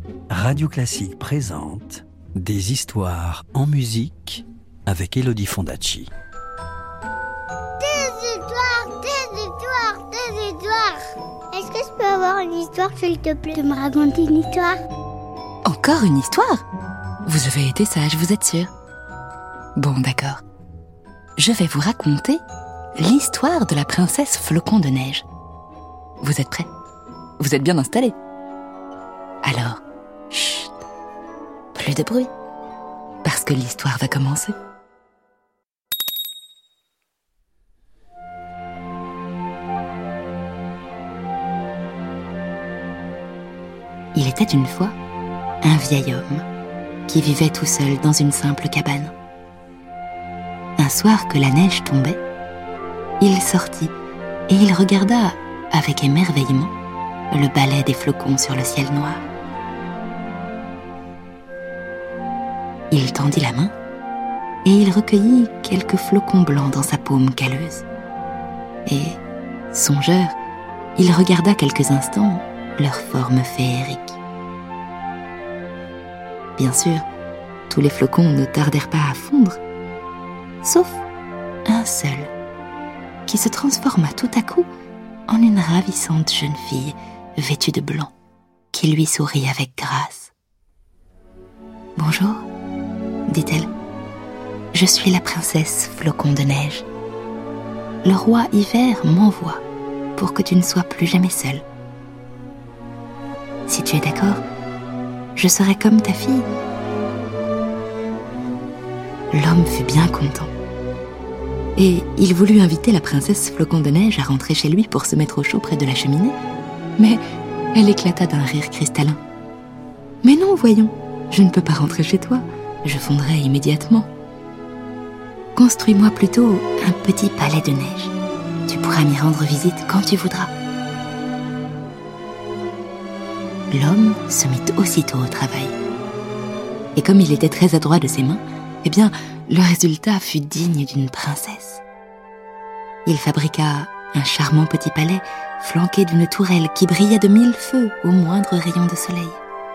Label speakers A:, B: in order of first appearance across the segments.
A: Radio Classique présente Des histoires en musique avec Elodie Fondacci.
B: Des histoires. Est-ce que je peux avoir une histoire, s'il te plaît, de me raconter une histoire?
C: Encore une histoire? Vous avez été sage, vous êtes sûr? Bon, d'accord. Je vais vous raconter l'histoire de la princesse Flocon de Neige. Vous êtes prêts? Vous êtes bien installés? Alors, chut, plus de bruit, parce que l'histoire va commencer. Il était une fois un vieil homme qui vivait tout seul dans une simple cabane. Un soir que la neige tombait, il sortit et il regarda avec émerveillement le balai des flocons sur le ciel noir. Il tendit la main et il recueillit quelques flocons blancs dans sa paume calleuse. Et, songeur, il regarda quelques instants leur forme féerique. Bien sûr, tous les flocons ne tardèrent pas à fondre, sauf un seul, qui se transforma tout à coup en une ravissante jeune fille vêtue de blanc, qui lui sourit avec grâce. « Bonjour, dit-elle. Je suis la princesse Flocon de Neige. Le roi Hiver m'envoie pour que tu ne sois plus jamais seule. Si tu es d'accord, je serai comme ta fille. » L'homme fut bien content. Et il voulut inviter la princesse Flocon de Neige à rentrer chez lui pour se mettre au chaud près de la cheminée. Mais elle éclata d'un rire cristallin. « Mais non, voyons, je ne peux pas rentrer chez toi. Je fondrai immédiatement. Construis-moi plutôt un petit palais de neige. Tu pourras m'y rendre visite quand tu voudras. » L'homme se mit aussitôt au travail. Et comme il était très adroit de ses mains, eh bien, le résultat fut digne d'une princesse. Il fabriqua un charmant petit palais flanqué d'une tourelle qui brillait de 1000 feux au moindre rayon de soleil.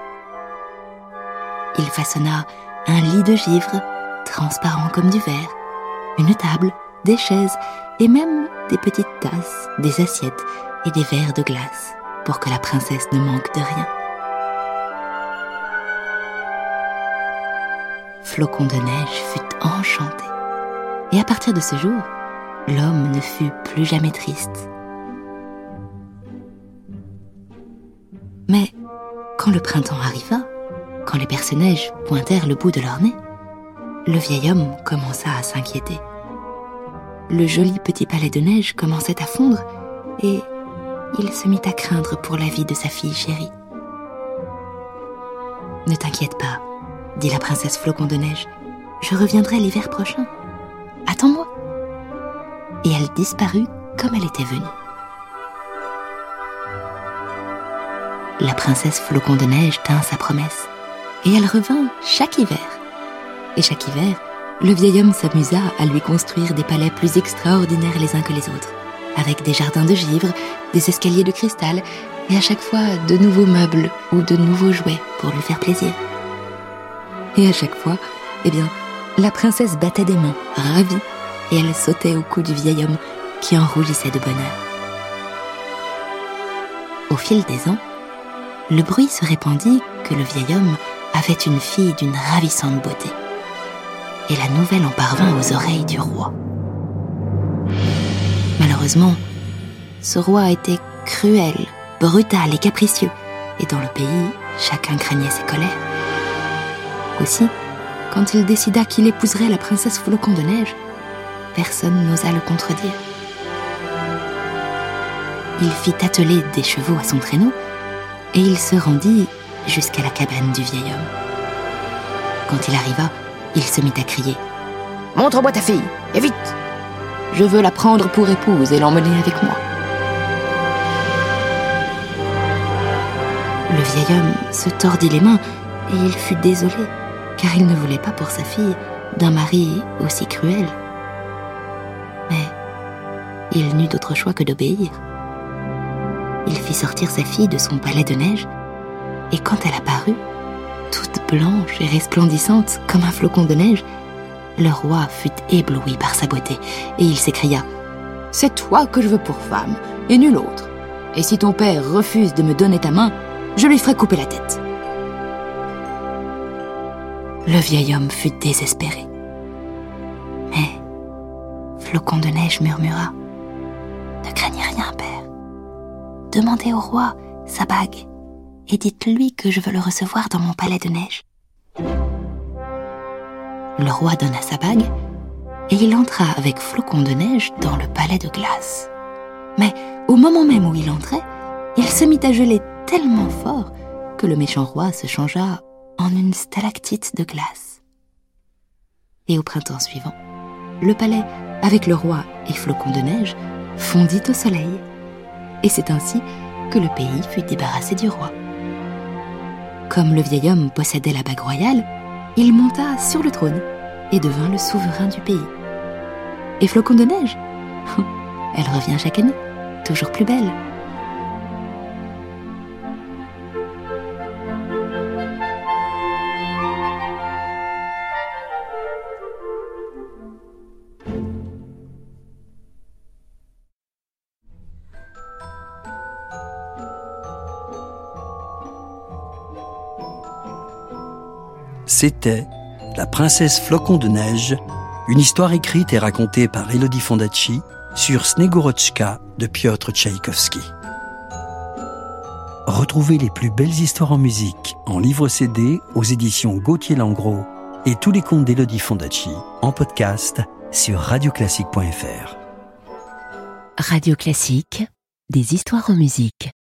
C: Il façonna un lit de givre, transparent comme du verre, une table, des chaises et même des petites tasses, des assiettes et des verres de glace pour que la princesse ne manque de rien. Flocon de Neige fut enchanté. Et à partir de ce jour, l'homme ne fut plus jamais triste. Mais quand le printemps arriva, quand les personnages pointèrent le bout de leur nez, le vieil homme commença à s'inquiéter. Le joli petit palais de neige commençait à fondre et il se mit à craindre pour la vie de sa fille chérie. « Ne t'inquiète pas, dit la princesse Flocon de Neige, je reviendrai l'hiver prochain. Attends-moi. » Et elle disparut comme elle était venue. La princesse Flocon de Neige tint sa promesse, et elle revint chaque hiver. Et chaque hiver, le vieil homme s'amusa à lui construire des palais plus extraordinaires les uns que les autres, avec des jardins de givre, des escaliers de cristal, et à chaque fois de nouveaux meubles ou de nouveaux jouets pour lui faire plaisir. Et à chaque fois, eh bien, la princesse battait des mains, ravie, et elle sautait au cou du vieil homme qui en rougissait de bonheur. Au fil des ans, le bruit se répandit que le vieil homme avait une fille d'une ravissante beauté. Et la nouvelle en parvint aux oreilles du roi. Malheureusement, ce roi était cruel, brutal et capricieux, et dans le pays, chacun craignait ses colères. Aussi, quand il décida qu'il épouserait la princesse Flocon de Neige, personne n'osa le contredire. Il fit atteler des chevaux à son traîneau, et il se rendit jusqu'à la cabane du vieil homme. Quand il arriva, il se mit à crier « Montre-moi ta fille, et vite! Je veux la prendre pour épouse et l'emmener avec moi. » Le vieil homme se tordit les mains et il fut désolé, car il ne voulait pas pour sa fille d'un mari aussi cruel. Mais il n'eut d'autre choix que d'obéir. Il fit sortir sa fille de son palais de neige Et quand elle apparut, toute blanche et resplendissante comme un flocon de neige, le roi fut ébloui par sa beauté, et il s'écria « C'est toi que je veux pour femme, et nul autre. Et si ton père refuse de me donner ta main, je lui ferai couper la tête. » Le vieil homme fut désespéré. Mais Flocon de Neige murmura « Ne craignez rien, père. Demandez au roi sa bague, et dites-lui que je veux le recevoir dans mon palais de neige. » Le roi donna sa bague, et il entra avec Flocon de Neige dans le palais de glace. Mais au moment même où il entrait, il se mit à geler tellement fort que le méchant roi se changea en une stalactite de glace. Et au printemps suivant, le palais, avec le roi et Flocon de Neige, fondit au soleil. Et c'est ainsi que le pays fut débarrassé du roi. Comme le vieil homme possédait la bague royale, il monta sur le trône et devint le souverain du pays. Et Flocon de Neige, elle revient chaque année, toujours plus belle.
A: C'était La princesse Flocon de Neige, une histoire écrite et racontée par Elodie Fondacci sur Snegorochka de Piotr Tchaïkovski. Retrouvez les plus belles histoires en musique en livre CD aux éditions Gauthier-Langros et tous les contes d'Elodie Fondacci en podcast sur radioclassique.fr.
D: Radio Classique, des histoires en musique.